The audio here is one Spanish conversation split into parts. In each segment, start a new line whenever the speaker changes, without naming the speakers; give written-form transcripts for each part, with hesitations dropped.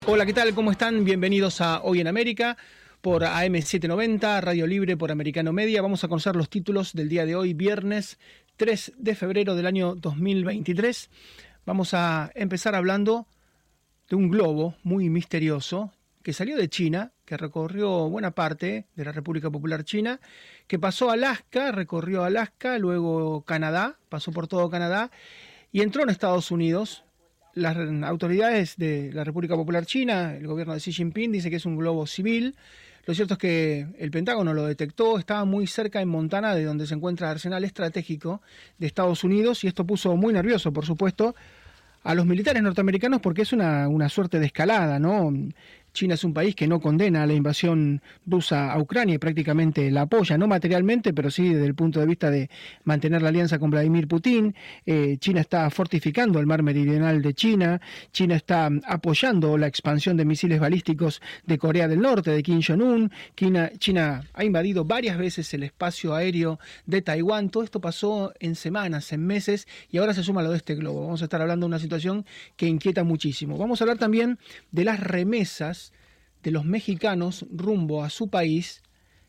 Hola, ¿qué tal? ¿Cómo están? Bienvenidos a Hoy en América por AM790, Radio Libre por Americano Media. Vamos a conocer los títulos del día de hoy, viernes 3 de febrero del año 2023. Vamos a empezar hablando de un globo muy misterioso que salió de China, que recorrió buena parte de la República Popular China, que pasó Alaska, recorrió Alaska, luego Canadá, pasó por todo Canadá y entró en Estados Unidos. Las autoridades de la República Popular China, el gobierno de Xi Jinping, dice que es un globo civil. Lo cierto es que el Pentágono lo detectó, estaba muy cerca en Montana, de donde se encuentra el arsenal estratégico de Estados Unidos, y esto puso muy nervioso, por supuesto, a los militares norteamericanos, porque es una suerte de escalada, ¿no? China es un país que no condena la invasión rusa a Ucrania y prácticamente la apoya, no materialmente, pero sí desde el punto de vista de mantener la alianza con Vladimir Putin. China está fortificando el mar meridional de China. China está apoyando la expansión de misiles balísticos de Corea del Norte, de Kim Jong-un. China ha invadido varias veces el espacio aéreo de Taiwán. Todo esto pasó en semanas, en meses, y ahora se suma lo de este globo. Vamos a estar hablando de una situación que inquieta muchísimo. Vamos a hablar también de las remesas de los mexicanos rumbo a su país.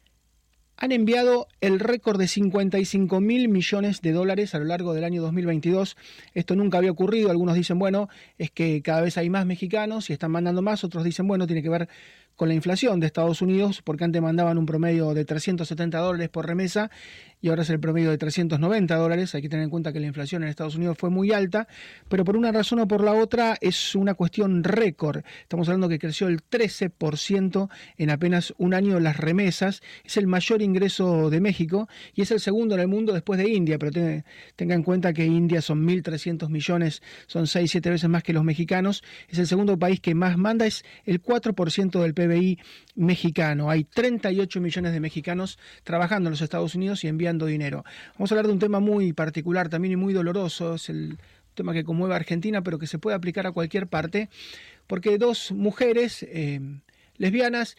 Han enviado el récord de 55.000 millones de dólares a lo largo del año 2022. Esto nunca había ocurrido. Algunos dicen, bueno, es que cada vez hay más mexicanos y están mandando más. Otros dicen, bueno, tiene que ver con la inflación de Estados Unidos, porque antes mandaban un promedio de $370 por remesa y ahora es el promedio de $390. Hay que tener en cuenta que la inflación en Estados Unidos fue muy alta, pero por una razón o por la otra es una cuestión récord. Estamos hablando que creció el 13% en apenas un año las remesas. Es el mayor ingreso de México y es el segundo en el mundo después de India, pero tenga en cuenta que India son 1.300 millones, son 6-7 veces más que los mexicanos. Es el segundo país que más manda, es el 4% del PBI mexicano. Hay 38 millones de mexicanos trabajando en los Estados Unidos y enviando dinero. Vamos a hablar de un tema muy particular también y muy doloroso. Es el tema que conmueve a Argentina, pero que se puede aplicar a cualquier parte, porque dos mujeres lesbianas,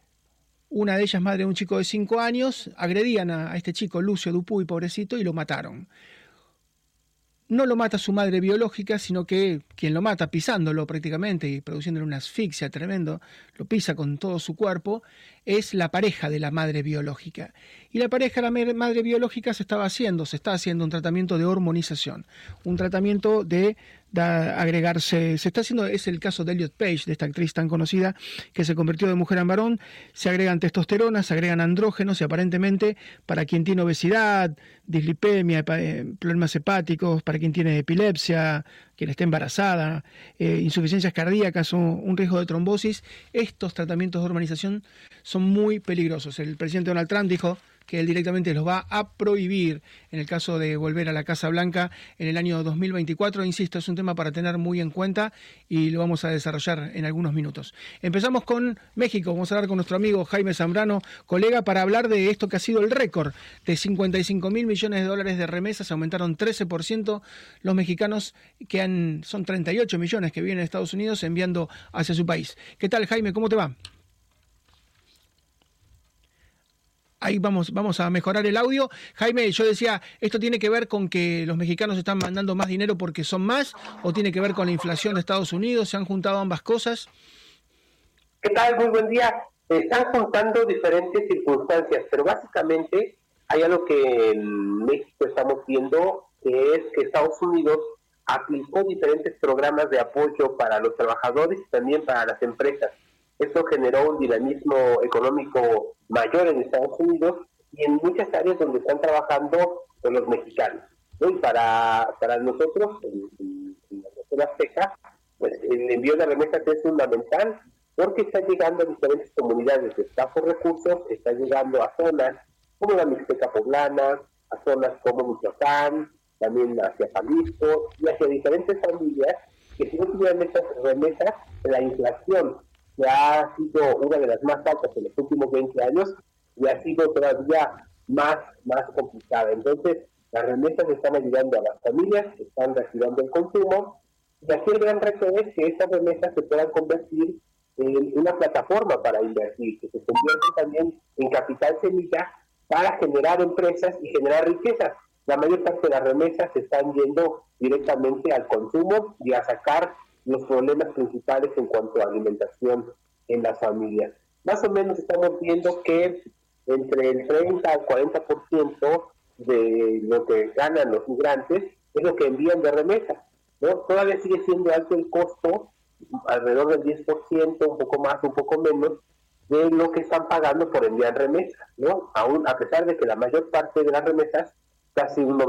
una de ellas madre de un chico de 5 años, agredían a este chico, Lucio Dupuy, pobrecito, y lo mataron. No lo mata su madre biológica, sino que quien lo mata pisándolo prácticamente y produciéndole una asfixia tremendo, lo pisa con todo su cuerpo, es la pareja de la madre biológica. Y la pareja de la madre biológica se está haciendo un tratamiento de hormonización, un tratamiento de agregarse, se está haciendo, es el caso de Elliot Page, de esta actriz tan conocida que se convirtió de mujer en varón. Se agregan testosterona, se agregan andrógenos y aparentemente para quien tiene obesidad, dislipemia, problemas hepáticos, para quien tiene epilepsia, quien esté embarazada, insuficiencias cardíacas o un riesgo de trombosis, estos tratamientos de hormonización son muy peligrosos. El presidente Donald Trump dijo que él directamente los va a prohibir en el caso de volver a la Casa Blanca en el año 2024. Insisto, es un tema para tener muy en cuenta y lo vamos a desarrollar en algunos minutos. Empezamos con México. Vamos a hablar con nuestro amigo Jaime Zambrano, colega, para hablar de esto que ha sido el récord de 55.000 millones de dólares de remesas. Aumentaron 13% los mexicanos, son 38 millones que viven en Estados Unidos enviando hacia su país. ¿Qué tal, Jaime? ¿Cómo te va? Ahí vamos a mejorar el audio. Jaime, yo decía, ¿esto tiene que ver con que los mexicanos están mandando más dinero porque son más o tiene que ver con la inflación de Estados Unidos? ¿Se han juntado ambas cosas?
¿Qué tal? Muy buen día. Están juntando diferentes circunstancias, pero básicamente hay algo que en México estamos viendo, que es que Estados Unidos aplicó diferentes programas de apoyo para los trabajadores y también para las empresas. Esto generó un dinamismo económico mayor en Estados Unidos y en muchas áreas donde están trabajando los mexicanos, ¿no? Y para nosotros, en la región azteca, pues el envío de remesas es fundamental porque está llegando a diferentes comunidades de escasos recursos, está llegando a zonas como la Mixteca Poblana, a zonas como Michoacán, también hacia Jalisco y hacia diferentes familias que si no tuvieran estas remesas, la inflación que ha sido una de las más altas en los últimos 20 años y ha sido todavía más complicada. Entonces, las remesas están ayudando a las familias, están reactivando el consumo, y aquí el gran reto es que estas remesas se puedan convertir en una plataforma para invertir, que se conviertan también en capital semilla para generar empresas y generar riquezas. La mayor parte de las remesas están yendo directamente al consumo y a sacar los problemas principales en cuanto a alimentación en las familias. Más o menos estamos viendo que entre el 30 al 40% de lo que ganan los migrantes es lo que envían de remesa, ¿no? Todavía sigue siendo alto el costo, alrededor del 10%, un poco más, un poco menos, de lo que están pagando por enviar remesas, ¿no? Aún a pesar de que la mayor parte de las remesas, casi un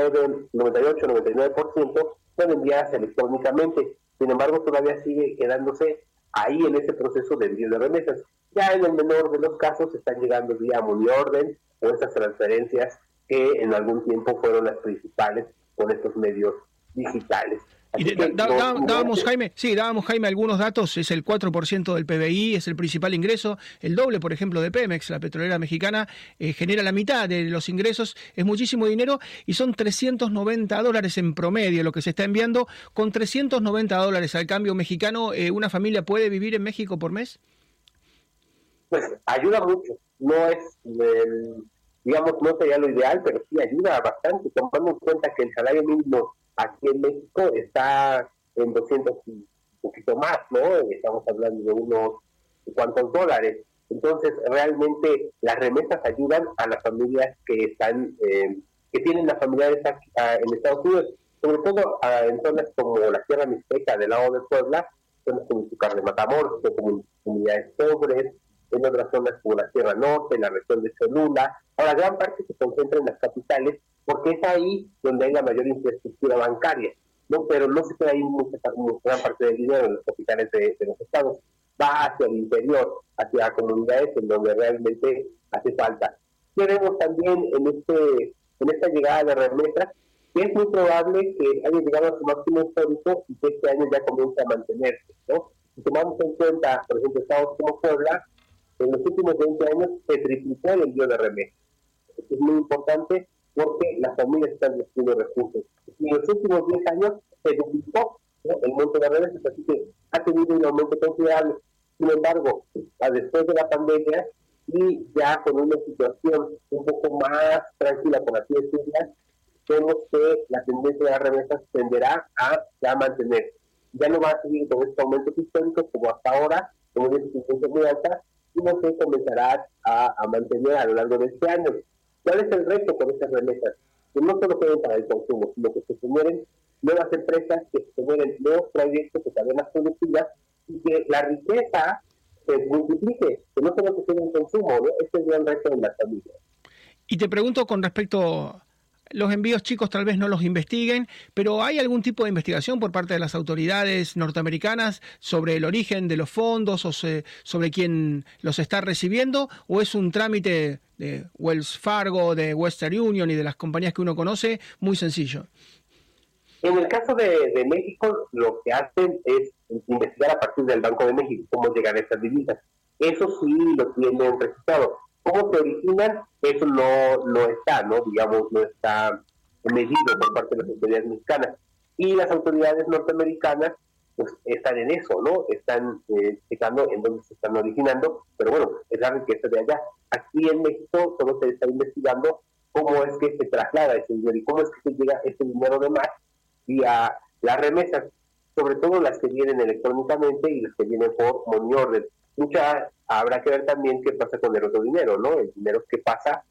98-99%, son enviadas electrónicamente. Sin embargo, todavía sigue quedándose ahí en ese proceso de envío de remesas. Ya en el menor de los casos están llegando vía money order o estas transferencias que en algún tiempo fueron las principales con estos medios digitales.
Y dábamos, Jaime, algunos datos. Es el 4% del PBI, es el principal ingreso. El doble, por ejemplo, de Pemex, la petrolera mexicana, genera la mitad de los ingresos. Es muchísimo dinero y son $390 en promedio lo que se está enviando. Con $390 al cambio mexicano, ¿una familia puede vivir en México por mes?
Pues ayuda mucho. No es, digamos, no sería lo ideal, pero sí ayuda bastante, tomando en cuenta que el salario mínimo aquí en México está en 200 y un poquito más, ¿no? Estamos hablando de unos cuantos dólares. Entonces, realmente las remesas ayudan a las familias que están, que tienen las familiares aquí, en Estados Unidos, sobre todo en zonas como la Sierra Mixteca del lado de Puebla, zonas como Izúcar de Matamoros, como comunidades pobres, en otras zonas como la Sierra Norte, en la región de Cholula. Ahora, gran parte se concentra en las capitales, porque es ahí donde hay la mayor infraestructura bancaria, ¿no? Pero no se queda ahí gran parte del dinero en los capitales de los estados, va hacia el interior, hacia comunidades en donde realmente hace falta. Queremos también en esta llegada de remesas, que es muy probable que haya llegado a su máximo histórico y que este año ya comience a mantenerse, ¿no? Si tomamos en cuenta, por ejemplo, estados como Puebla, en los últimos 20 años se triplicó el envío de remesas. Esto es muy importante porque las familias están recibiendo recursos. Y en los últimos 10 años se duplicó, ¿no?, el monto de remesas, así que ha tenido un aumento considerable. Sin embargo, después de la pandemia y ya con una situación un poco más tranquila, por así decirlo, vemos que la tendencia de las remesas tenderá a mantener. Ya no va a seguir con estos aumentos históricos como hasta ahora, con una existencia muy alta, sino que comenzará a mantener a lo largo de este año. ¿Cuál es el reto con estas remesas? Que no solo queden para el consumo, sino que se generen nuevas empresas, que se generen nuevos proyectos, que cadenas productivas, y que la riqueza se multiplique, que no solo se quede en consumo, ¿no? Este es el gran reto en las familias.
Y te pregunto con respecto, los envíos chicos tal vez no los investiguen, pero ¿hay algún tipo de investigación por parte de las autoridades norteamericanas sobre el origen de los fondos o sobre quién los está recibiendo? ¿O es un trámite de Wells Fargo, de Western Union y de las compañías que uno conoce muy sencillo?
En el caso de México, lo que hacen es investigar a partir del Banco de México cómo llegan estas divisas. Eso sí lo tienen registrado. ¿Cómo se originan? Eso no está, ¿no? Digamos, no está medido por parte de las autoridades mexicanas. Y las autoridades norteamericanas pues están en eso, ¿no? Están checando en dónde se están originando, pero bueno, es la riqueza de allá. Aquí en México solo se está investigando cómo es que se traslada ese dinero y cómo es que se llega ese dinero de más vía las remesas, sobre todo las que vienen electrónicamente y las que vienen por money order. Habrá que ver también qué pasa con el otro dinero, ¿no? El dinero que pasa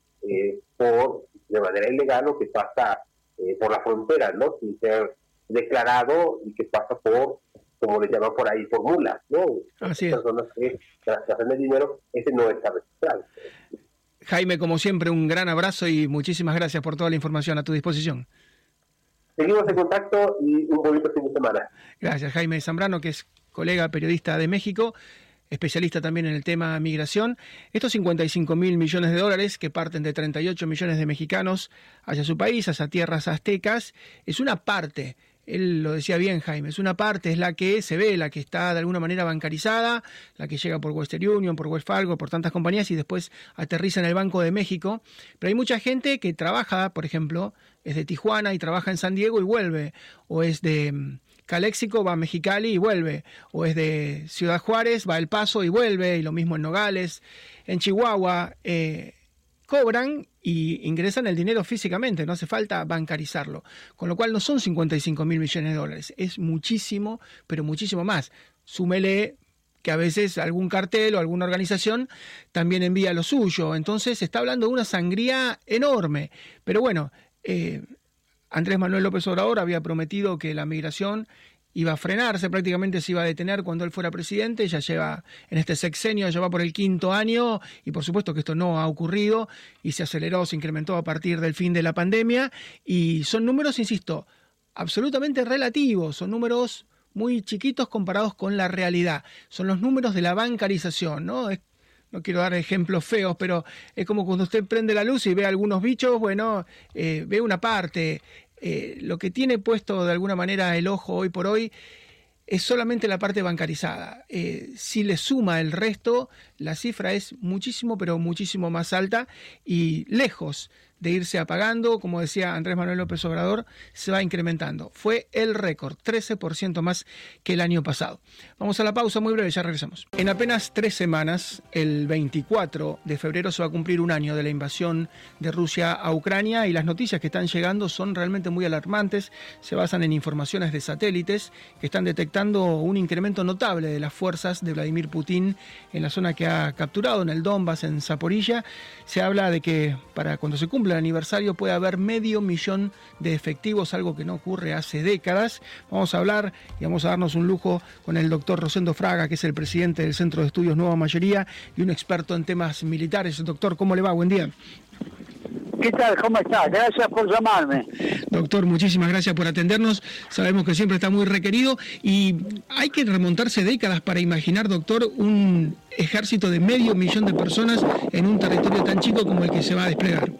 de manera ilegal o que pasa por la frontera, ¿no? Sin ser declarado y que pasa por, como le llaman por ahí, por mulas, ¿no?
Así es.
Personas que traspasan el dinero, ese no está registrado.
Jaime, como siempre, un gran abrazo y muchísimas gracias por toda la información a tu disposición.
Seguimos en contacto y un bonito fin de semana.
Gracias, Jaime Zambrano, que es colega periodista de México, especialista también en el tema migración. Estos 55.000 millones de dólares que parten de 38 millones de mexicanos hacia su país, hacia tierras aztecas, es una parte. Él lo decía bien, Jaime, es una parte, es la que se ve, la que está de alguna manera bancarizada, la que llega por Western Union, por Wells Fargo, por tantas compañías y después aterriza en el Banco de México. Pero hay mucha gente que trabaja, por ejemplo, es de Tijuana y trabaja en San Diego y vuelve, o es de Caléxico, va a Mexicali y vuelve, o es de Ciudad Juárez, va a El Paso y vuelve, y lo mismo en Nogales, en Chihuahua, cobran y ingresan el dinero físicamente, no hace falta bancarizarlo, con lo cual no son 55.000 millones de dólares, es muchísimo, pero muchísimo más. Súmele que a veces algún cartel o alguna organización también envía lo suyo, entonces se está hablando de una sangría enorme, pero bueno, Andrés Manuel López Obrador había prometido que la migración iba a frenarse, prácticamente se iba a detener cuando él fuera presidente, ya lleva, en este sexenio, ya va por el 5º año, y por supuesto que esto no ha ocurrido, y se aceleró, se incrementó a partir del fin de la pandemia, y son números, insisto, absolutamente relativos, son números muy chiquitos comparados con la realidad, son los números de la bancarización, ¿no? No quiero dar ejemplos feos, pero es como cuando usted prende la luz y ve algunos bichos, bueno, ve una parte. Lo que tiene puesto de alguna manera el ojo hoy por hoy es solamente la parte bancarizada. Si le suma el resto, la cifra es muchísimo, pero muchísimo más alta y lejos de irse apagando, como decía Andrés Manuel López Obrador, se va incrementando. Fue el récord, 13% más que el año pasado. Vamos a la pausa muy breve, ya regresamos. En apenas 3 semanas, el 24 de febrero se va a cumplir un año de la invasión de Rusia a Ucrania y las noticias que están llegando son realmente muy alarmantes, se basan en informaciones de satélites que están detectando un incremento notable de las fuerzas de Vladimir Putin en la zona que ha capturado, en el Donbass, en Zaporilla. Se habla de que para cuando se cumpla el aniversario puede haber 500.000 de efectivos, algo que no ocurre hace décadas. Vamos a hablar y vamos a darnos un lujo con el doctor Rosendo Fraga, que es el presidente del Centro de Estudios Nueva Mayoría y un experto en temas militares. Doctor, ¿cómo le va? Buen día.
¿Qué tal? ¿Cómo está? Gracias por llamarme.
Doctor, muchísimas gracias por atendernos. Sabemos que siempre está muy requerido y hay que remontarse décadas para imaginar, doctor, un ejército de 500.000 de personas en un territorio tan chico como el que se va a desplegar.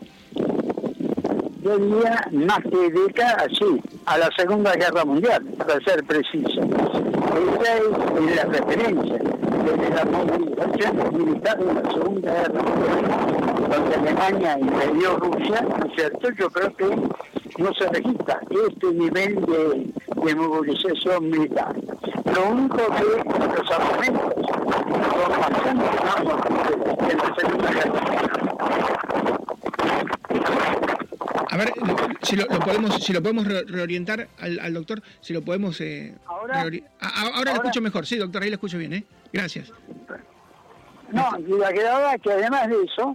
Yo diría más que décadas, sí, a la Segunda Guerra Mundial, para ser preciso. Esa es la referencia desde la movilización militar de la Segunda Guerra Mundial, donde Alemania invadió Rusia, ¿no es cierto? Yo creo que no se registra este nivel de movilización militar. Lo único que los armamentos son bastante más mortíferos que en la Segunda Guerra Mundial.
A ver, si lo podemos reorientar al doctor, si lo podemos... ahora lo escucho mejor, sí, doctor, ahí lo escucho bien, Gracias.
No, y la verdad que además de eso,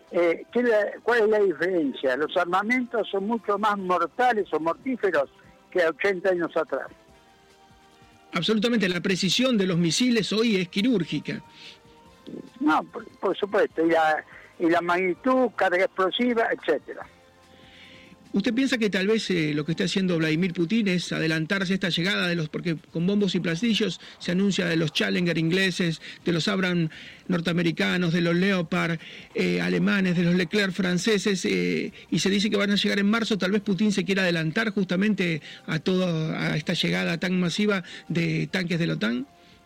¿cuál es la diferencia? Los armamentos son mucho más mortales o mortíferos que 80 años atrás.
Absolutamente, la precisión de los misiles hoy es quirúrgica.
No, por supuesto, y la magnitud, carga explosiva, etcétera.
¿Usted piensa que tal vez lo que está haciendo Vladimir Putin es adelantarse a esta llegada de porque con bombos y platillos se anuncia de los Challenger ingleses, de los Abrams norteamericanos, de los Leopard alemanes, de los Leclerc franceses, y se dice que van a llegar en marzo? Tal vez Putin se quiera adelantar justamente a esta llegada tan masiva de tanques de la OTAN.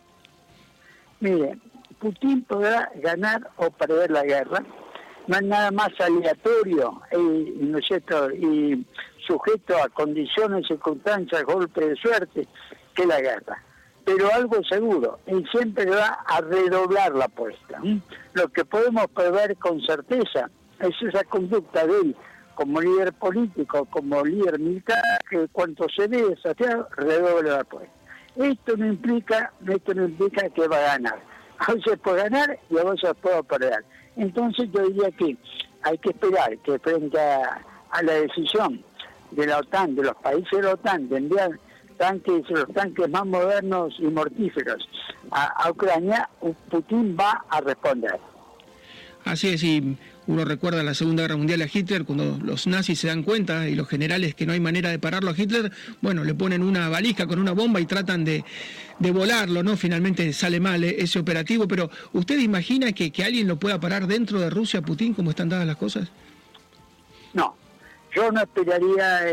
Mire, Putin podrá ganar o perder la guerra. No es nada más aleatorio, ¿no es cierto?, y sujeto a condiciones, circunstancias, golpes de suerte, que la guerra. Pero algo seguro, él siempre va a redoblar la apuesta. Lo que podemos prever con certeza es esa conducta de él como líder político, como líder militar, que cuanto se ve desafiado, redobla la apuesta. Esto no implica que va a ganar. A veces puede ganar y a veces puede perder. Entonces yo diría que hay que esperar que frente a la decisión de la OTAN, de los países de la OTAN, de enviar los tanques más modernos y mortíferos a Ucrania, Putin va a responder.
Así es, y uno recuerda la Segunda Guerra Mundial a Hitler, cuando los nazis se dan cuenta y los generales que no hay manera de pararlo a Hitler, bueno, le ponen una valija con una bomba y tratan de volarlo, ¿no? Finalmente sale mal ese operativo, pero ¿usted imagina que alguien lo pueda parar dentro de Rusia, Putin, como están dadas las cosas?
No, yo no esperaría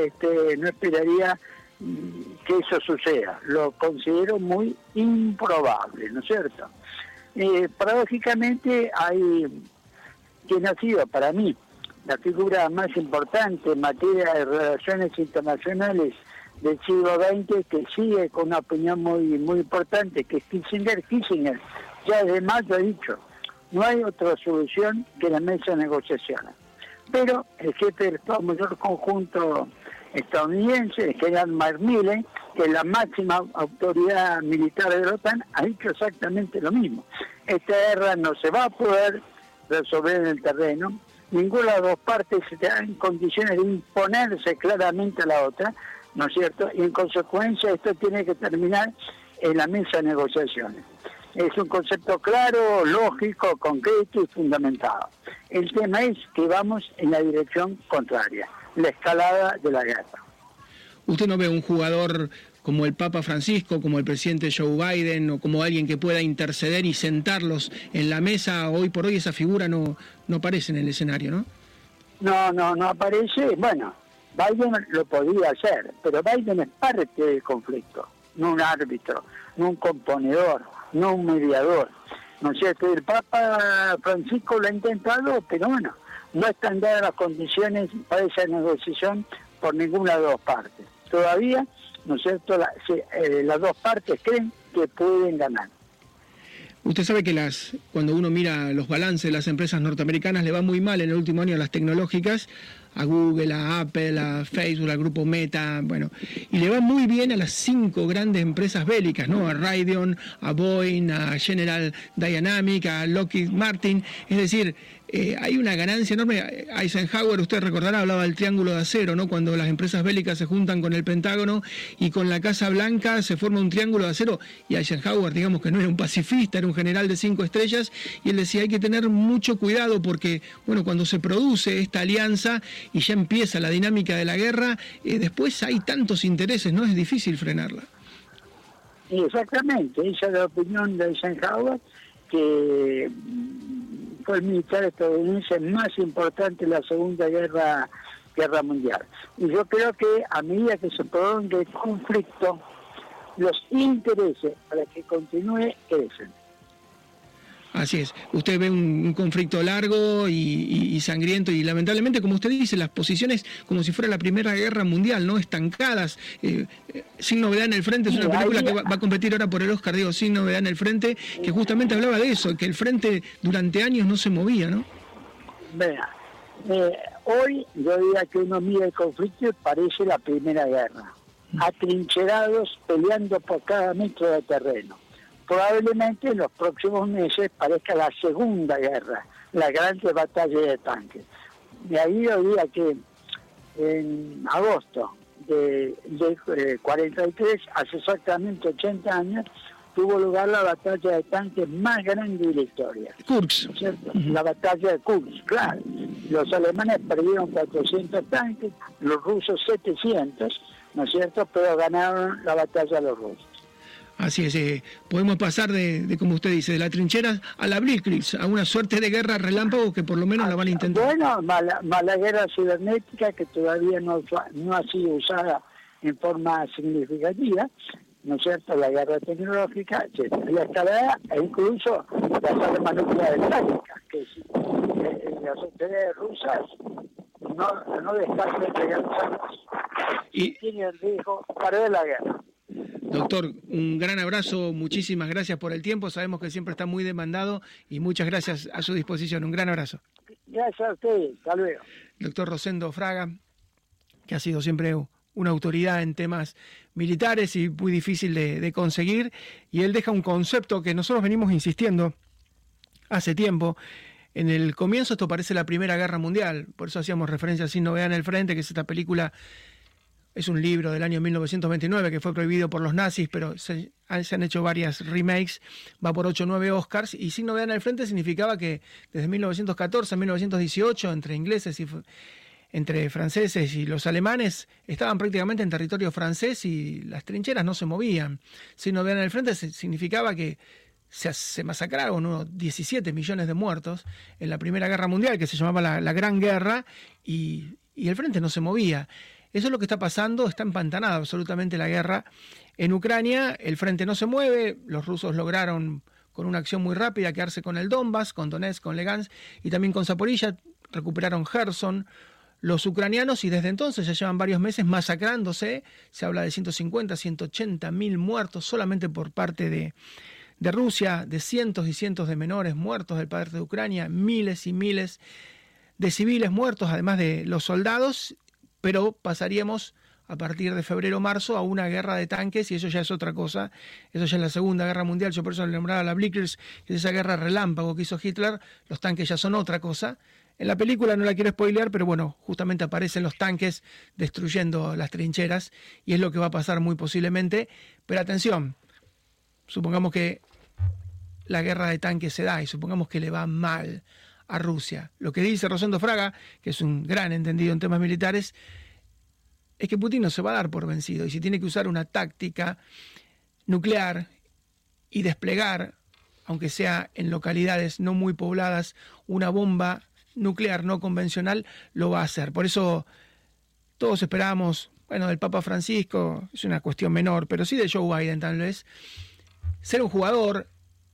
que eso suceda, lo considero muy improbable, ¿no es cierto? Paradójicamente hay quien ha sido para mí la figura más importante en materia de relaciones internacionales del siglo XX, que sigue con una opinión muy importante, que es Kissinger. Ya desde mayo ha dicho, no hay otra solución que la mesa de negociaciones. Pero el jefe del Estado Mayor Conjunto estadounidense, el general Macmillan, que es la máxima autoridad militar de la OTAN, ha dicho exactamente lo mismo. Esta guerra no se va a poder resolver en el terreno, ninguna de las dos partes está en condiciones de imponerse claramente a la otra, ¿no es cierto? Y en consecuencia esto tiene que terminar en la mesa de negociaciones. Es un concepto claro, lógico, concreto y fundamentado. El tema es que vamos en la dirección contraria, la escalada de la guerra.
¿Usted no ve un jugador como el Papa Francisco, como el presidente Joe Biden, o como alguien que pueda interceder y sentarlos en la mesa? Hoy por hoy esa figura no aparece en el escenario, ¿no?
No aparece. Bueno, Biden lo podía hacer, pero Biden es parte del conflicto, no un árbitro, no un componedor, no un mediador. ¿No es cierto? El Papa Francisco lo ha intentado, pero bueno, no están dadas las condiciones para esa negociación por ninguna de las dos partes. Todavía, ¿no es cierto?, las dos partes creen que pueden ganar.
Usted sabe que cuando uno mira los balances de las empresas norteamericanas, le va muy mal en el último año a las tecnológicas, a Google, a Apple, a Facebook, al grupo Meta, bueno, y le va muy bien a las 5 grandes empresas bélicas, ¿no? A Raytheon, a Boeing, a General Dynamics, a Lockheed Martin, es decir, hay una ganancia enorme. Eisenhower, usted recordará, hablaba del triángulo de acero, ¿no? Cuando las empresas bélicas se juntan con el Pentágono y con la Casa Blanca se forma un triángulo de acero, y Eisenhower, digamos que no era un pacifista, era un general de 5 estrellas, y él decía, hay que tener mucho cuidado porque, bueno, cuando se produce esta alianza y ya empieza la dinámica de la guerra, después hay tantos intereses, ¿no? Es difícil frenarla.
Exactamente, esa es la opinión de Eisenhower, que fue el militar estadounidense más importante en la Segunda Guerra Mundial. Y yo creo que a medida que se prolongue el conflicto, los intereses para que continúe crecen.
Así es. Usted ve un conflicto largo y sangriento, y lamentablemente, como usted dice, las posiciones como si fuera la Primera Guerra Mundial, ¿no? Estancadas. Sin Novedad en el Frente es una película que va a competir ahora por el Oscar, digo, Sin Novedad en el Frente, que justamente hablaba de eso, que el frente durante años no se movía, ¿no?
Vea, hoy yo diría que uno mira el conflicto y parece la Primera Guerra, atrincherados peleando por cada metro de terreno. Probablemente en los próximos meses parezca la Segunda Guerra, la gran batalla de tanques. De ahí yo diría que en agosto de 43, hace exactamente 80 años, tuvo lugar la batalla de tanques más grande de la historia.
Kursk.
¿No es cierto? La batalla de Kursk, claro. Los alemanes perdieron 400 tanques, los rusos 700, ¿no es cierto? Pero ganaron la batalla los rusos.
Así es, podemos pasar de, como usted dice, de la trinchera a la Blitzkrieg, a una suerte de guerra relámpago que por lo menos la van a intentar.
Bueno, mala guerra cibernética que todavía no ha sido usada en forma significativa, ¿no es cierto? La guerra tecnológica, la escalada e incluso las armas nucleares tácticas, que si las autoridades rusas no descarten entregar las armas y tienen riesgo para ver la guerra.
Doctor, un gran abrazo, muchísimas gracias por el tiempo, sabemos que siempre está muy demandado y muchas gracias, a su disposición, un gran abrazo.
Gracias a ustedes, hasta luego.
Doctor Rosendo Fraga, que ha sido siempre una autoridad en temas militares y muy difícil de conseguir, y él deja un concepto que nosotros venimos insistiendo hace tiempo. En el comienzo esto parece la Primera Guerra Mundial, por eso hacíamos referencia a Sin Novedad en el Frente, que es esta película. Es un libro del año 1929 que fue prohibido por los nazis, pero se han hecho varias remakes, va por 8 o 9 Oscars, y Sin Novedad en el Frente significaba que desde 1914 a 1918, entre ingleses y entre franceses y los alemanes, estaban prácticamente en territorio francés y las trincheras no se movían. Sin Novedad en el Frente significaba que se masacraron unos 17 millones de muertos en la Primera Guerra Mundial, que se llamaba la Gran Guerra, y el frente no se movía. Eso es lo que está pasando, está empantanada absolutamente la guerra en Ucrania, el frente no se mueve, los rusos lograron con una acción muy rápida quedarse con el Donbass, con Donetsk, con Lugansk y también con Zaporilla, recuperaron Gerson los ucranianos, y desde entonces ya llevan varios meses masacrándose, se habla de 150, 180 mil muertos solamente por parte de Rusia, de cientos y cientos de menores muertos del parte de Ucrania, miles y miles de civiles muertos, además de los soldados, pero pasaríamos a partir de febrero o marzo a una guerra de tanques, y eso ya es otra cosa. Eso ya es la Segunda Guerra Mundial. Yo por eso le nombraba la Blitzkrieg, que es esa guerra relámpago que hizo Hitler. Los tanques ya son otra cosa. En la película no la quiero spoilear, pero bueno, justamente aparecen los tanques destruyendo las trincheras, y es lo que va a pasar muy posiblemente. Pero atención, supongamos que la guerra de tanques se da y supongamos que le va mal a Rusia. Lo que dice Rosendo Fraga, que es un gran entendido en temas militares, es que Putin no se va a dar por vencido, y si tiene que usar una táctica nuclear y desplegar, aunque sea en localidades no muy pobladas, una bomba nuclear no convencional, lo va a hacer. Por eso todos esperábamos, bueno, del Papa Francisco, es una cuestión menor, pero sí de Joe Biden tal vez, ser un jugador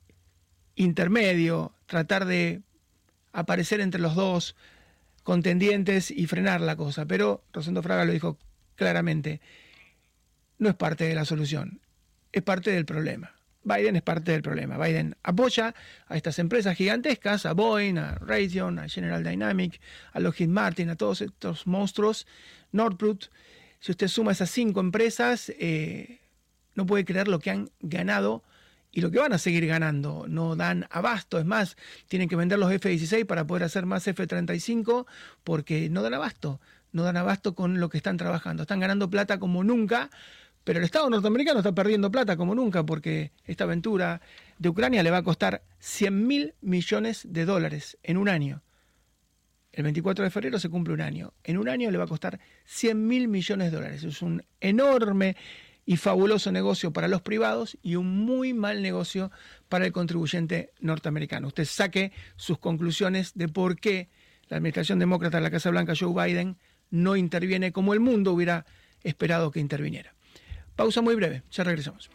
intermedio, tratar de aparecer entre los dos contendientes y frenar la cosa. Pero Rosendo Fraga lo dijo claramente, no es parte de la solución, es parte del problema. Biden es parte del problema. Biden apoya a estas empresas gigantescas, a Boeing, a Raytheon, a General Dynamics, a Lockheed Martin, a todos estos monstruos, Northrop. Si usted suma esas 5 empresas, no puede creer lo que han ganado y lo que van a seguir ganando. No dan abasto, es más, tienen que vender los F-16 para poder hacer más F-35 porque no dan abasto. No dan abasto con lo que están trabajando. Están ganando plata como nunca, pero el Estado norteamericano está perdiendo plata como nunca, porque esta aventura de Ucrania le va a costar $100.000 millones en un año. El 24 de febrero se cumple un año. En un año le va a costar $100.000 millones. Es un enorme y fabuloso negocio para los privados y un muy mal negocio para el contribuyente norteamericano. Usted saque sus conclusiones de por qué la administración demócrata de la Casa Blanca, Joe Biden, no interviene como el mundo hubiera esperado que interviniera. Pausa muy breve, ya regresamos.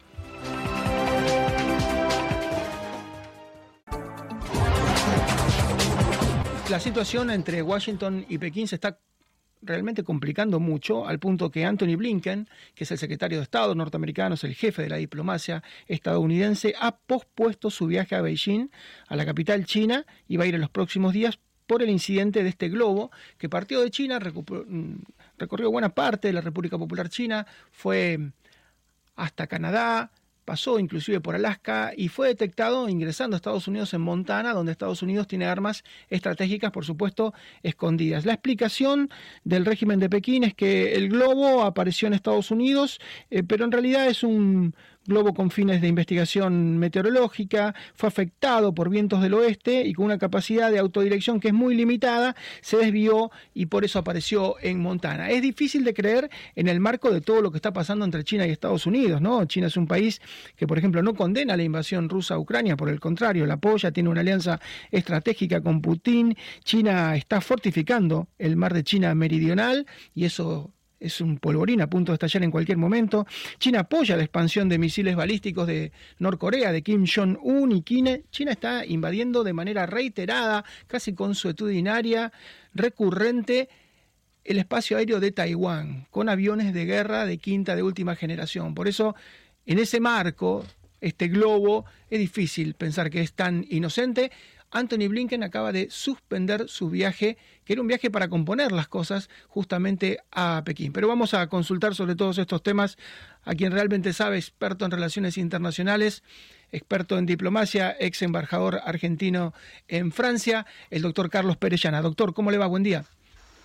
La situación entre Washington y Pekín se está realmente complicando mucho, al punto que Antony Blinken, que es el secretario de Estado norteamericano, es el jefe de la diplomacia estadounidense, ha pospuesto su viaje a Beijing, a la capital china, y va a ir en los próximos días por el incidente de este globo que partió de China, recorrió buena parte de la República Popular China, fue hasta Canadá, pasó inclusive por Alaska y fue detectado ingresando a Estados Unidos en Montana, donde Estados Unidos tiene armas estratégicas, por supuesto, escondidas. La explicación del régimen de Pekín es que el globo apareció en Estados Unidos, pero en realidad es un globo con fines de investigación meteorológica, fue afectado por vientos del oeste y con una capacidad de autodirección que es muy limitada, se desvió y por eso apareció en Montana. Es difícil de creer en el marco de todo lo que está pasando entre China y Estados Unidos, ¿no? China es un país que, por ejemplo, no condena la invasión rusa a Ucrania, por el contrario, la apoya, tiene una alianza estratégica con Putin. China está fortificando el mar de China Meridional y eso es un polvorín a punto de estallar en cualquier momento. China apoya la expansión de misiles balísticos de Norcorea, de Kim Jong-un, y China está invadiendo de manera reiterada, casi consuetudinaria, recurrente, el espacio aéreo de Taiwán, con aviones de guerra de quinta, de última generación. Por eso, en ese marco, este globo, es difícil pensar que es tan inocente. Antony Blinken acaba de suspender su viaje, que era un viaje para componer las cosas justamente a Pekín. Pero vamos a consultar sobre todos estos temas a quien realmente sabe, experto en relaciones internacionales, experto en diplomacia, ex embajador argentino en Francia, el doctor Carlos Perellana. Doctor, ¿cómo le va? Buen día.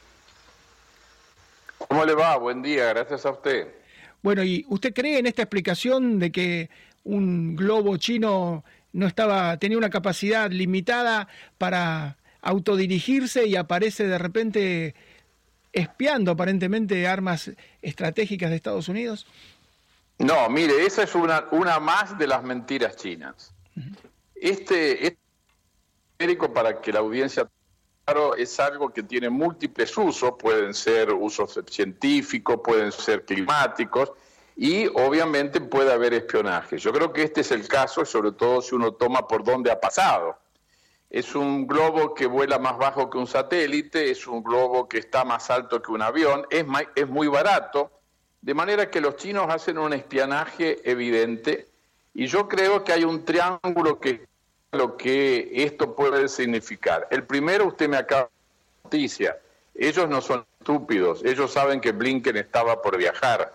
¿Cómo le va? Buen día, gracias a usted.
Bueno, ¿y usted cree en esta explicación de que un globo chino tenía una capacidad limitada para autodirigirse y aparece de repente espiando aparentemente armas estratégicas de Estados Unidos?
No, mire, esa es una más de las mentiras chinas. Este para que la audiencia, claro, es algo que tiene múltiples usos, pueden ser usos científicos, pueden ser climáticos, y obviamente puede haber espionaje. Yo creo que este es el caso, sobre todo si uno toma por dónde ha pasado. Es un globo que vuela más bajo que un satélite, es un globo que está más alto que un avión, es muy barato, de manera que los chinos hacen un espionaje evidente, y yo creo que hay un triángulo que lo que esto puede significar. El primero, usted me acaba noticia. Ellos no son estúpidos, ellos saben que Blinken estaba por viajar.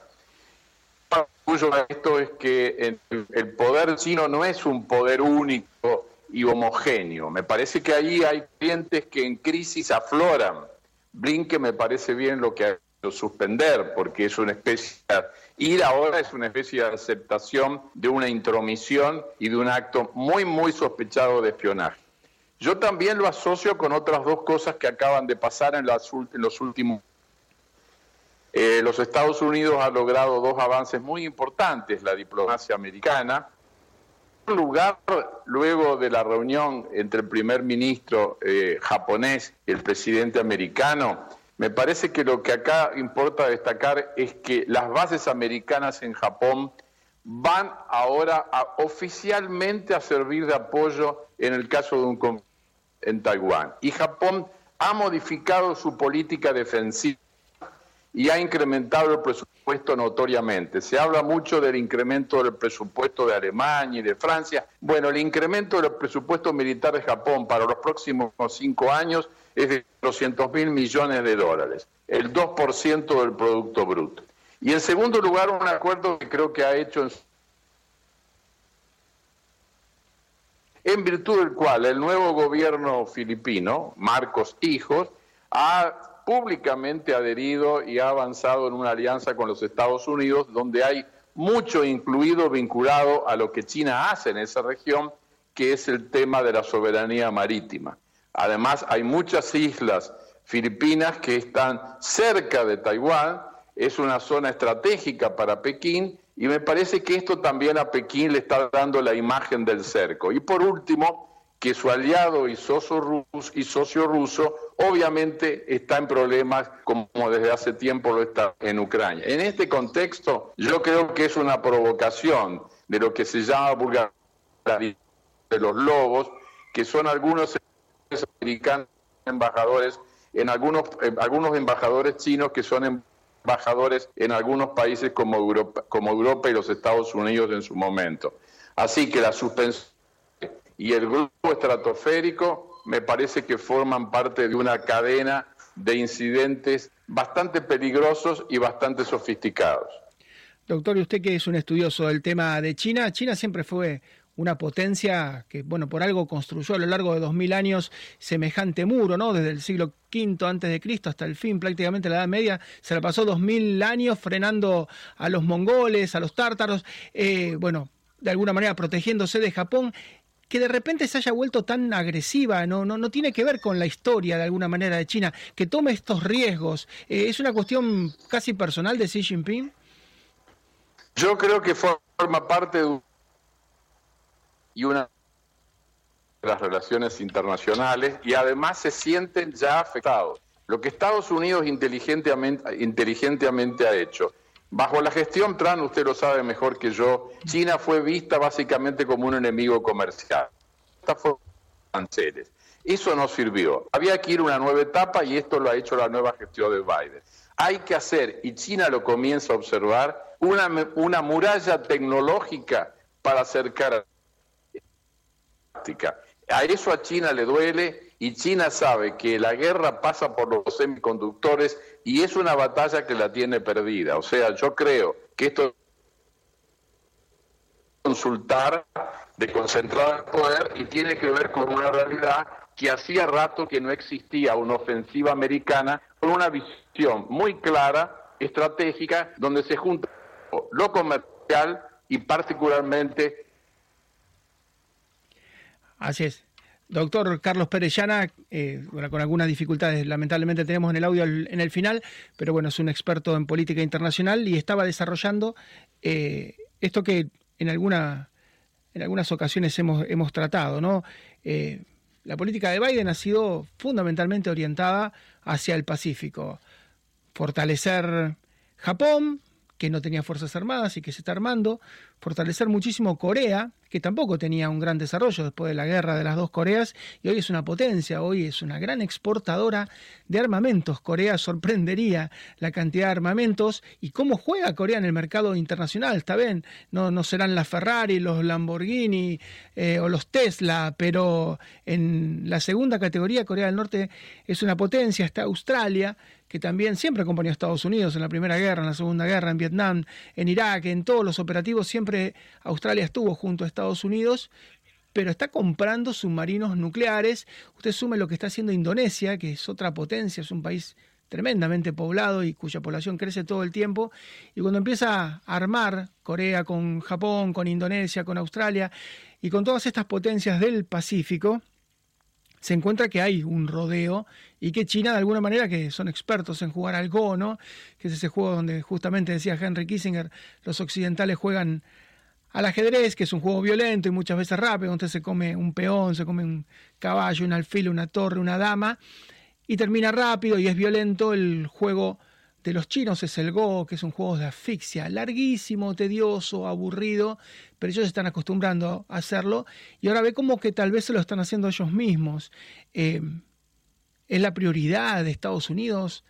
Esto es que el poder chino no es un poder único y homogéneo. Me parece que ahí hay clientes que en crisis afloran. Blinken me parece bien lo que ha hecho suspender, porque es una especie ir ahora es una especie de aceptación de una intromisión y de un acto muy, muy sospechado de espionaje. Yo también lo asocio con otras dos cosas que acaban de pasar en los últimos. Los Estados Unidos han logrado dos avances muy importantes, la diplomacia americana. En lugar, luego de la reunión entre el primer ministro japonés y el presidente americano, me parece que lo que acá importa destacar es que las bases americanas en Japón van ahora oficialmente a servir de apoyo en el caso de un conflicto en Taiwán. Y Japón ha modificado su política defensiva y ha incrementado el presupuesto notoriamente. Se habla mucho del incremento del presupuesto de Alemania y de Francia. Bueno, el incremento del presupuesto militar de Japón para los próximos 5 años es de $200.000 millones, el 2% del Producto Bruto. Y en segundo lugar, un acuerdo que creo que ha hecho en virtud del cual el nuevo gobierno filipino, Marcos Hijos, ha públicamente adherido y ha avanzado en una alianza con los Estados Unidos, donde hay mucho incluido vinculado a lo que China hace en esa región, que es el tema de la soberanía marítima. Además, hay muchas islas filipinas que están cerca de Taiwán, es una zona estratégica para Pekín, y me parece que esto también a Pekín le está dando la imagen del cerco. Y por último, que su aliado y socio ruso obviamente está en problemas como desde hace tiempo lo está en Ucrania. En este contexto, yo creo que es una provocación de lo que se llama vulgaridad de los lobos, que son algunos americanos embajadores, algunos embajadores chinos que son embajadores en algunos países como Europa y los Estados Unidos en su momento. Así que la suspensión y el grupo estratosférico me parece que forman parte de una cadena de incidentes bastante peligrosos y bastante sofisticados.
Doctor, y usted que es un estudioso del tema de China, China siempre fue una potencia que, bueno, por algo construyó a lo largo de 2000 años semejante muro, ¿no? Desde el siglo V antes de Cristo hasta el fin, prácticamente la Edad Media, se la pasó 2000 años frenando a los mongoles, a los tártaros, bueno, de alguna manera protegiéndose de Japón. Que de repente se haya vuelto tan agresiva, no tiene que ver con la historia de alguna manera de China, que tome estos riesgos. ¿Es una cuestión casi personal de Xi Jinping?
Yo creo que forma parte de una de las relaciones internacionales y además se sienten ya afectados. Lo que Estados Unidos inteligentemente ha hecho. Bajo la gestión Trump, usted lo sabe mejor que yo, China fue vista básicamente como un enemigo comercial. Estas fueron aranceles. Eso no sirvió. Había que ir a una nueva etapa y esto lo ha hecho la nueva gestión de Biden. Hay que hacer, y China lo comienza a observar, una muralla tecnológica para acercar a la práctica. A eso a China le duele y China sabe que la guerra pasa por los semiconductores y es una batalla que la tiene perdida. O sea, yo creo que esto es consultar, de concentrar el poder y tiene que ver con una realidad que hacía rato que no existía una ofensiva americana con una visión muy clara, estratégica, donde se junta lo comercial y particularmente.
Así es. Doctor Carlos Pérez Llana, bueno, con algunas dificultades lamentablemente tenemos en el audio en el final, pero bueno, es un experto en política internacional y estaba desarrollando esto que en algunas ocasiones hemos tratado, ¿no? La política de Biden ha sido fundamentalmente orientada hacia el Pacífico. Fortalecer Japón, que no tenía fuerzas armadas y que se está armando, fortalecer muchísimo Corea, que tampoco tenía un gran desarrollo después de la guerra de las dos Coreas, y hoy es una potencia, hoy es una gran exportadora de armamentos. Corea sorprendería la cantidad de armamentos y cómo juega Corea en el mercado internacional. Está bien, no serán las Ferrari, los Lamborghini o los Tesla, pero en la segunda categoría Corea del Norte es una potencia. Está Australia, que también siempre acompañó a Estados Unidos en la Primera Guerra, en la Segunda Guerra, en Vietnam, en Irak, en todos los operativos, siempre Australia estuvo junto a Estados Unidos, pero está comprando submarinos nucleares. Usted sume lo que está haciendo Indonesia, que es otra potencia, es un país tremendamente poblado y cuya población crece todo el tiempo, y cuando empieza a armar Corea con Japón, con Indonesia, con Australia y con todas estas potencias del Pacífico, se encuentra que hay un rodeo y que China, de alguna manera, que son expertos en jugar al Go, ¿no? Que es ese juego donde justamente decía Henry Kissinger, los occidentales juegan al ajedrez, que es un juego violento y muchas veces rápido, donde se come un peón, se come un caballo, un alfil, una torre, una dama, y termina rápido y es violento. El juego de los chinos es el Go, que es un juego de asfixia, larguísimo, tedioso, aburrido, pero ellos están acostumbrando a hacerlo y ahora ve como que tal vez se lo están haciendo ellos mismos. Es la prioridad de Estados Unidos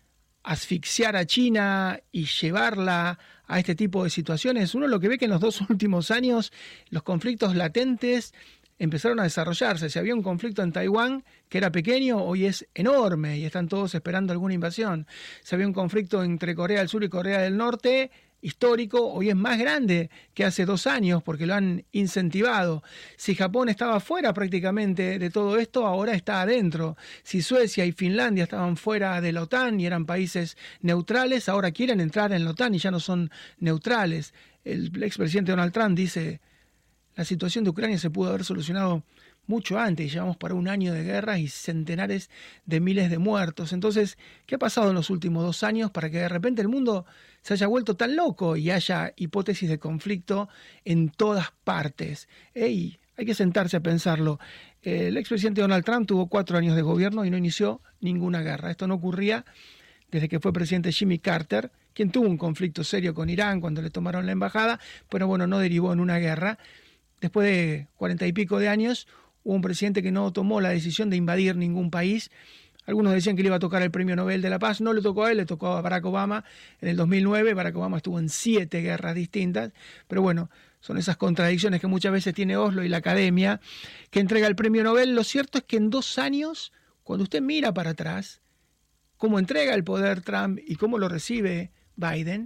asfixiar a China y llevarla a este tipo de situaciones. Uno lo que ve que en los 2 últimos años los conflictos latentes empezaron a desarrollarse. Si había un conflicto en Taiwán que era pequeño, hoy es enorme y están todos esperando alguna invasión. Si había un conflicto entre Corea del Sur y Corea del Norte, histórico, hoy es más grande que hace 2 años porque lo han incentivado. Si Japón estaba fuera prácticamente de todo esto, ahora está adentro. Si Suecia y Finlandia estaban fuera de la OTAN y eran países neutrales, ahora quieren entrar en la OTAN y ya no son neutrales. El expresidente Donald Trump dice: la situación de Ucrania se pudo haber solucionado mucho antes, llevamos para 1 año de guerra y centenares de miles de muertos. Entonces, ¿qué ha pasado en los últimos 2 años para que de repente el mundo se haya vuelto tan loco y haya hipótesis de conflicto en todas partes? Hay que sentarse a pensarlo. El expresidente Donald Trump tuvo 4 años de gobierno y no inició ninguna guerra. Esto no ocurría desde que fue presidente Jimmy Carter, quien tuvo un conflicto serio con Irán cuando le tomaron la embajada, pero bueno, no derivó en una guerra. Después de 40 y pico de años, hubo un presidente que no tomó la decisión de invadir ningún país. Algunos decían que le iba a tocar el Premio Nobel de la Paz. No le tocó a él, le tocó a Barack Obama en el 2009. Barack Obama estuvo en 7 guerras distintas. Pero bueno, son esas contradicciones que muchas veces tiene Oslo y la academia, que entrega el Premio Nobel. Lo cierto es que en 2 años, cuando usted mira para atrás, cómo entrega el poder Trump y cómo lo recibe Biden,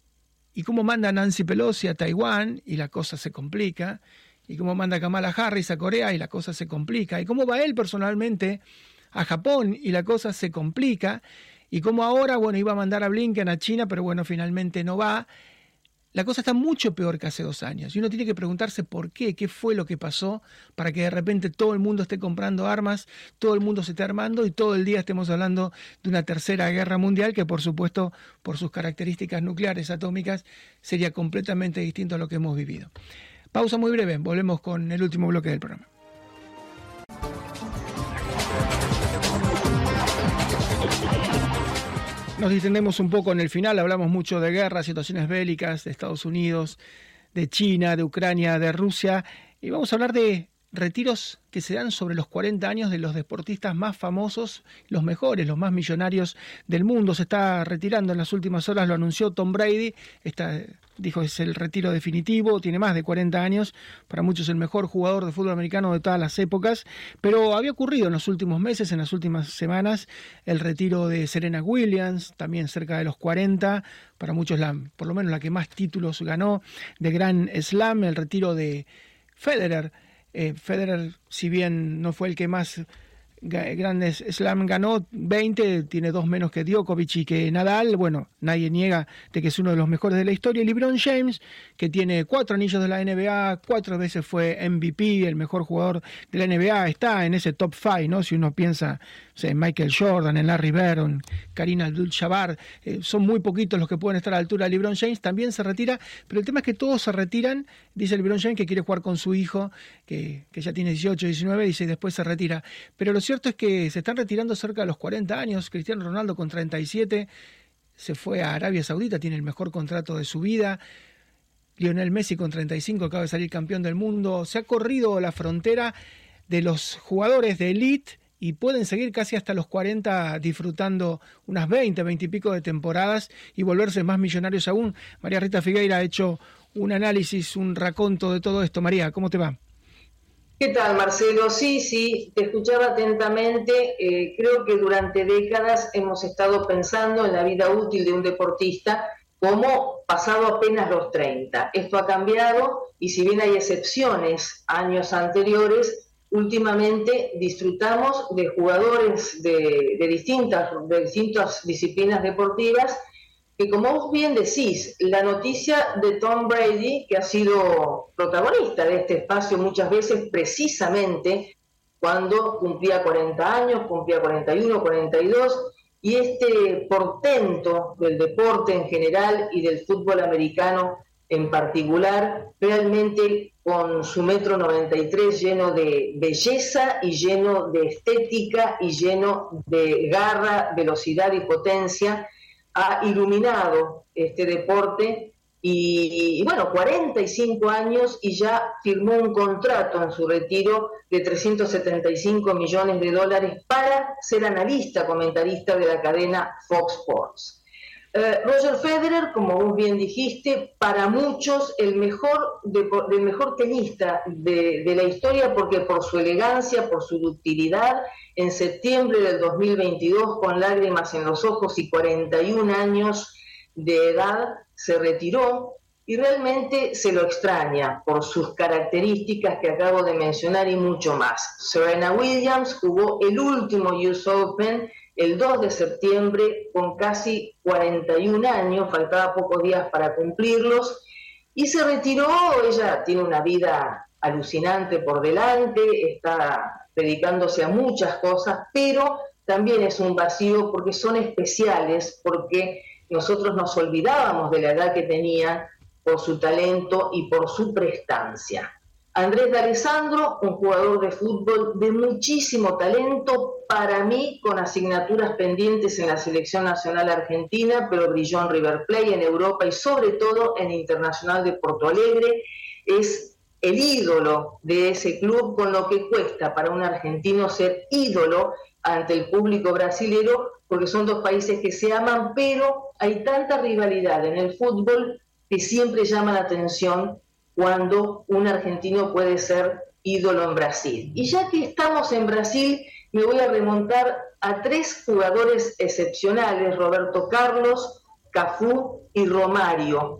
y cómo manda Nancy Pelosi a Taiwán y la cosa se complica, y cómo manda Kamala Harris a Corea y la cosa se complica, y cómo va él personalmente a Japón y la cosa se complica, y cómo ahora, bueno, iba a mandar a Blinken a China, pero bueno, finalmente no va. La cosa está mucho peor que hace 2 años y uno tiene que preguntarse por qué fue lo que pasó para que de repente todo el mundo esté comprando armas, todo el mundo se esté armando y todo el día estemos hablando de una tercera guerra mundial que por supuesto por sus características nucleares, atómicas, sería completamente distinto a lo que hemos vivido. Pausa muy breve, volvemos con el último bloque del programa. Nos distendemos un poco en el final, hablamos mucho de guerra, situaciones bélicas de Estados Unidos, de China, de Ucrania, de Rusia, y vamos a hablar de retiros que se dan sobre los 40 años de los deportistas más famosos, los mejores, los más millonarios del mundo. Se está retirando en las últimas horas, lo anunció Tom Brady, dijo es el retiro definitivo, tiene más de 40 años, para muchos el mejor jugador de fútbol americano de todas las épocas, pero había ocurrido en los últimos meses, en las últimas semanas, el retiro de Serena Williams, también cerca de los 40, para muchos por lo menos la que más títulos ganó de Grand Slam, el retiro de Federer. Federer, si bien no fue el que más grandes Slam ganó, 20, tiene 2 menos que Djokovic y que Nadal, bueno, nadie niega de que es uno de los mejores de la historia. Y LeBron James, que tiene 4 anillos de la NBA, 4 veces fue MVP, el mejor jugador de la NBA, está en ese top 5, ¿no? Si uno piensa en Michael Jordan, en Larry Bird, en Kareem Abdul-Jabbar, son muy poquitos los que pueden estar a la altura de LeBron James. También se retira, pero el tema es que todos se retiran. Dice LeBron James que quiere jugar con su hijo, que ya tiene 18, 19, dice, y después se retira. Pero lo cierto es que se están retirando cerca de los 40 años. Cristiano Ronaldo con 37 se fue a Arabia Saudita, tiene el mejor contrato de su vida. Lionel Messi con 35 acaba de salir campeón del mundo. Se ha corrido la frontera de los jugadores de élite y pueden seguir casi hasta los 40 disfrutando unas 20 y pico de temporadas y volverse más millonarios aún. María Rita Figueira ha hecho un análisis, un raconto de todo esto. María, ¿cómo te va?
¿Qué tal, Marcelo? Sí, te escuchaba atentamente. Creo que durante décadas hemos estado pensando en la vida útil de un deportista como pasado apenas los 30. Esto ha cambiado y si bien hay excepciones años anteriores, últimamente disfrutamos de jugadores de distintas disciplinas deportivas que, como vos bien decís, la noticia de Tom Brady, que ha sido protagonista de este espacio muchas veces precisamente cuando cumplía 40 años, cumplía 41, 42, y este portento del deporte en general y del fútbol americano en particular, realmente con su 1,93 m lleno de belleza y lleno de estética y lleno de garra, velocidad y potencia, ha iluminado este deporte y bueno, 45 años y ya firmó un contrato en su retiro de $375 millones para ser analista, comentarista de la cadena Fox Sports. Roger Federer, como vos bien dijiste, para muchos el mejor tenista de la historia, porque por su elegancia, por su ductilidad, en septiembre del 2022, con lágrimas en los ojos y 41 años de edad, se retiró y realmente se lo extraña por sus características que acabo de mencionar y mucho más. Serena Williams jugó el último US Open el 2 de septiembre con casi 41 años, faltaba pocos días para cumplirlos, y se retiró. Ella tiene una vida alucinante por delante, está dedicándose a muchas cosas, pero también es un vacío porque son especiales, porque nosotros nos olvidábamos de la edad que tenían por su talento y por su prestancia. Andrés D'Alessandro, un jugador de fútbol de muchísimo talento, para mí con asignaturas pendientes en la selección nacional argentina, pero brilló en River Plate, en Europa y sobre todo en Internacional de Porto Alegre. Es el ídolo de ese club, con lo que cuesta para un argentino ser ídolo ante el público brasilero, porque son dos países que se aman, pero hay tanta rivalidad en el fútbol que siempre llama la atención cuando un argentino puede ser ídolo en Brasil. Y ya que estamos en Brasil, me voy a remontar a 3 jugadores excepcionales: Roberto Carlos, Cafú y Romario.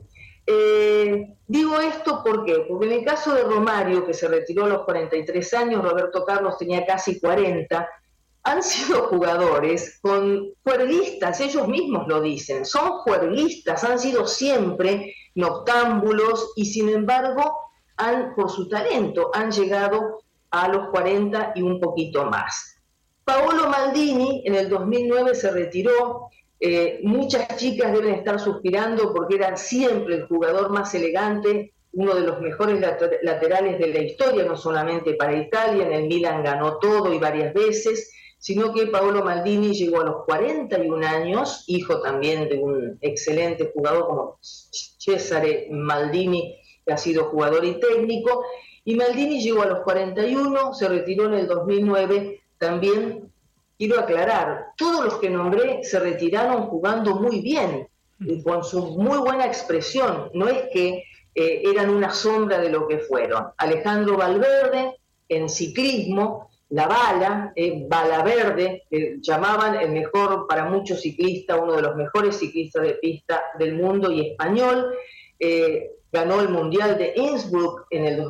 Digo esto ¿por qué? Porque en el caso de Romario, que se retiró a los 43 años, Roberto Carlos tenía casi 40, han sido jugadores con juerguistas, ellos mismos lo dicen, son juerguistas, han sido siempre noctámbulos y sin embargo, por su talento, han llegado a los 40 y un poquito más. Paolo Maldini en el 2009 se retiró. Muchas chicas deben estar suspirando porque era siempre el jugador más elegante, uno de los mejores laterales de la historia, no solamente para Italia, en el Milan ganó todo y varias veces, sino que Paolo Maldini llegó a los 41 años, hijo también de un excelente jugador como Cesare Maldini, que ha sido jugador y técnico, y Maldini llegó a los 41, se retiró en el 2009, también quiero aclarar, todos los que nombré se retiraron jugando muy bien, con su muy buena expresión, no es que eran una sombra de lo que fueron. Alejandro Valverde, en ciclismo, la bala, Valaverde, que llamaban el mejor para muchos ciclistas, uno de los mejores ciclistas de pista del mundo y español, ganó el Mundial de Innsbruck en el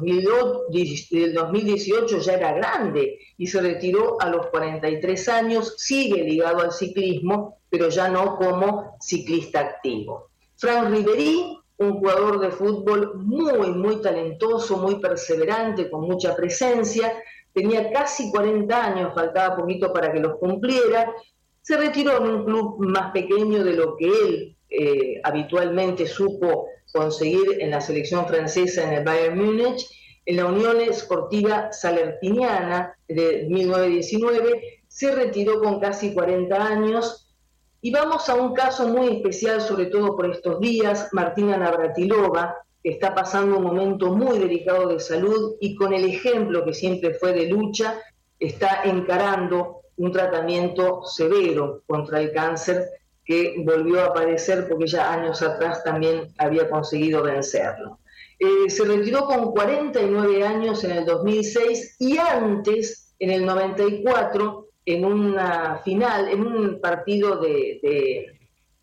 2018, ya era grande y se retiró a los 43 años, sigue ligado al ciclismo, pero ya no como ciclista activo. Franck Ribéry, un jugador de fútbol muy talentoso, muy perseverante, con mucha presencia, tenía casi 40 años, faltaba poquito para que los cumpliera, se retiró en un club más pequeño de lo que él habitualmente supo conseguir en la selección francesa, en el Bayern Múnich, en la Unión Esportiva Salertiniana de 1919, se retiró con casi 40 años. Y vamos a un caso muy especial, sobre todo por estos días, Martina Navratilova, que está pasando un momento muy delicado de salud y con el ejemplo que siempre fue de lucha, está encarando un tratamiento severo contra el cáncer que volvió a aparecer porque ya años atrás también había conseguido vencerlo. Se retiró con 49 años en el 2006 y antes, en el 94, en una final, en un partido de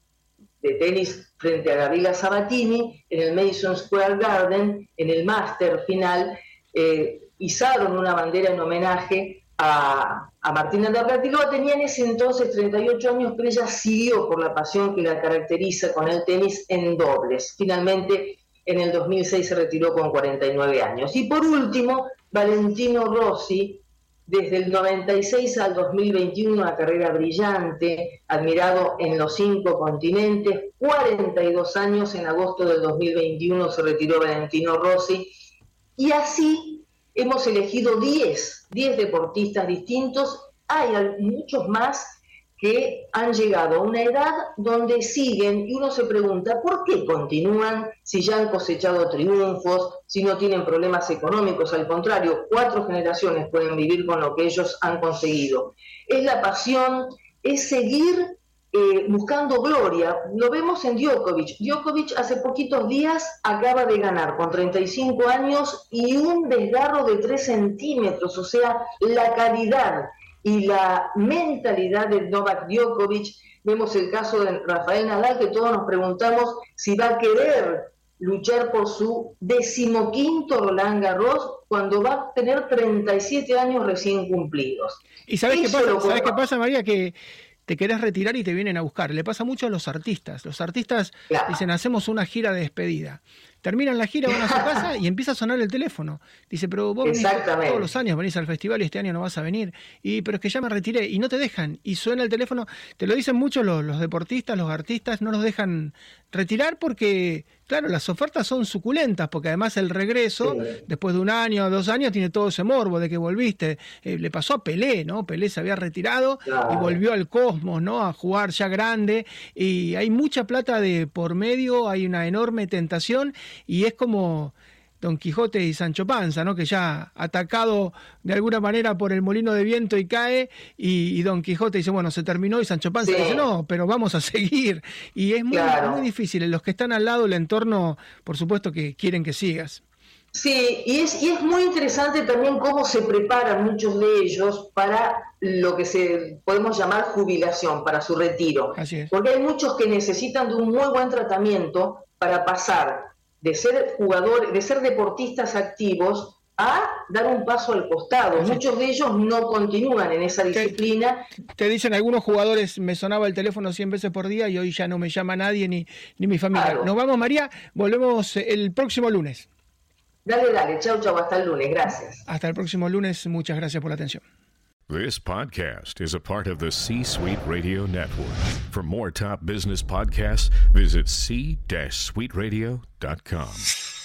tenis frente a Gabriela Sabatini, en el Madison Square Garden, en el Master final, izaron una bandera en homenaje a Martina Navratilova. Tenía en ese entonces 38 años, pero ella siguió por la pasión que la caracteriza con el tenis en dobles. Finalmente, en el 2006 se retiró con 49 años. Y por último, Valentino Rossi, desde el 96 al 2021, una carrera brillante, admirado en los 5 continentes, 42 años, en agosto del 2021 se retiró Valentino Rossi, y así hemos elegido 10 deportistas distintos. Hay muchos más que han llegado a una edad donde siguen, y uno se pregunta, ¿por qué continúan si ya han cosechado triunfos, si no tienen problemas económicos? Al contrario, 4 generaciones pueden vivir con lo que ellos han conseguido. Es la pasión, es seguir buscando gloria. Lo vemos en Djokovic. Djokovic hace poquitos días acaba de ganar con 35 años y un desgarro de 3 centímetros, o sea, la calidad y la mentalidad de Novak Djokovic. Vemos el caso de Rafael Nadal, que todos nos preguntamos si va a querer luchar por su 15º Roland Garros cuando va a tener 37 años recién cumplidos.
¿Y sabes qué pasa, María? Que te querés retirar y te vienen a buscar. Le pasa mucho a los artistas. Los artistas dicen, hacemos una gira de despedida. Terminan la gira, van a su casa y empieza a sonar el teléfono. Dice, pero vos venís todos los años, venís al festival y este año no vas a venir. Pero es que ya me retiré y no te dejan. Y suena el teléfono. Te lo dicen mucho los deportistas, los artistas, no los dejan retirar porque, claro, las ofertas son suculentas, porque además el regreso, después de 1 año, 2 años, tiene todo ese morbo de que volviste. Le pasó a Pelé, ¿no? Pelé se había retirado y volvió al Cosmos, ¿no? A jugar ya grande. Y hay mucha plata de por medio, hay una enorme tentación. Y es como Don Quijote y Sancho Panza, ¿no? Que ya atacado de alguna manera por el molino de viento y cae, y Don Quijote dice, bueno, se terminó, y Sancho Panza dice, no, pero vamos a seguir. Y es muy, muy difícil. Los que están al lado, el entorno, por supuesto que quieren que sigas.
Sí, y es muy interesante también cómo se preparan muchos de ellos para lo que podemos llamar jubilación, para su retiro.
Así es.
Porque hay muchos que necesitan de un muy buen tratamiento para pasar de ser jugadores, de ser deportistas activos a dar un paso al costado. Sí. Muchos de ellos no continúan en esa disciplina.
Te dicen algunos jugadores, me sonaba el teléfono 100 veces por día y hoy ya no me llama nadie ni mi familia. Claro. Nos vamos, María, volvemos el próximo lunes.
Dale, chau, hasta el lunes, gracias.
Hasta el próximo lunes, muchas gracias por la atención.
This podcast is a part of the C-Suite Radio Network. For more top business podcasts, visit c-suiteradio.com.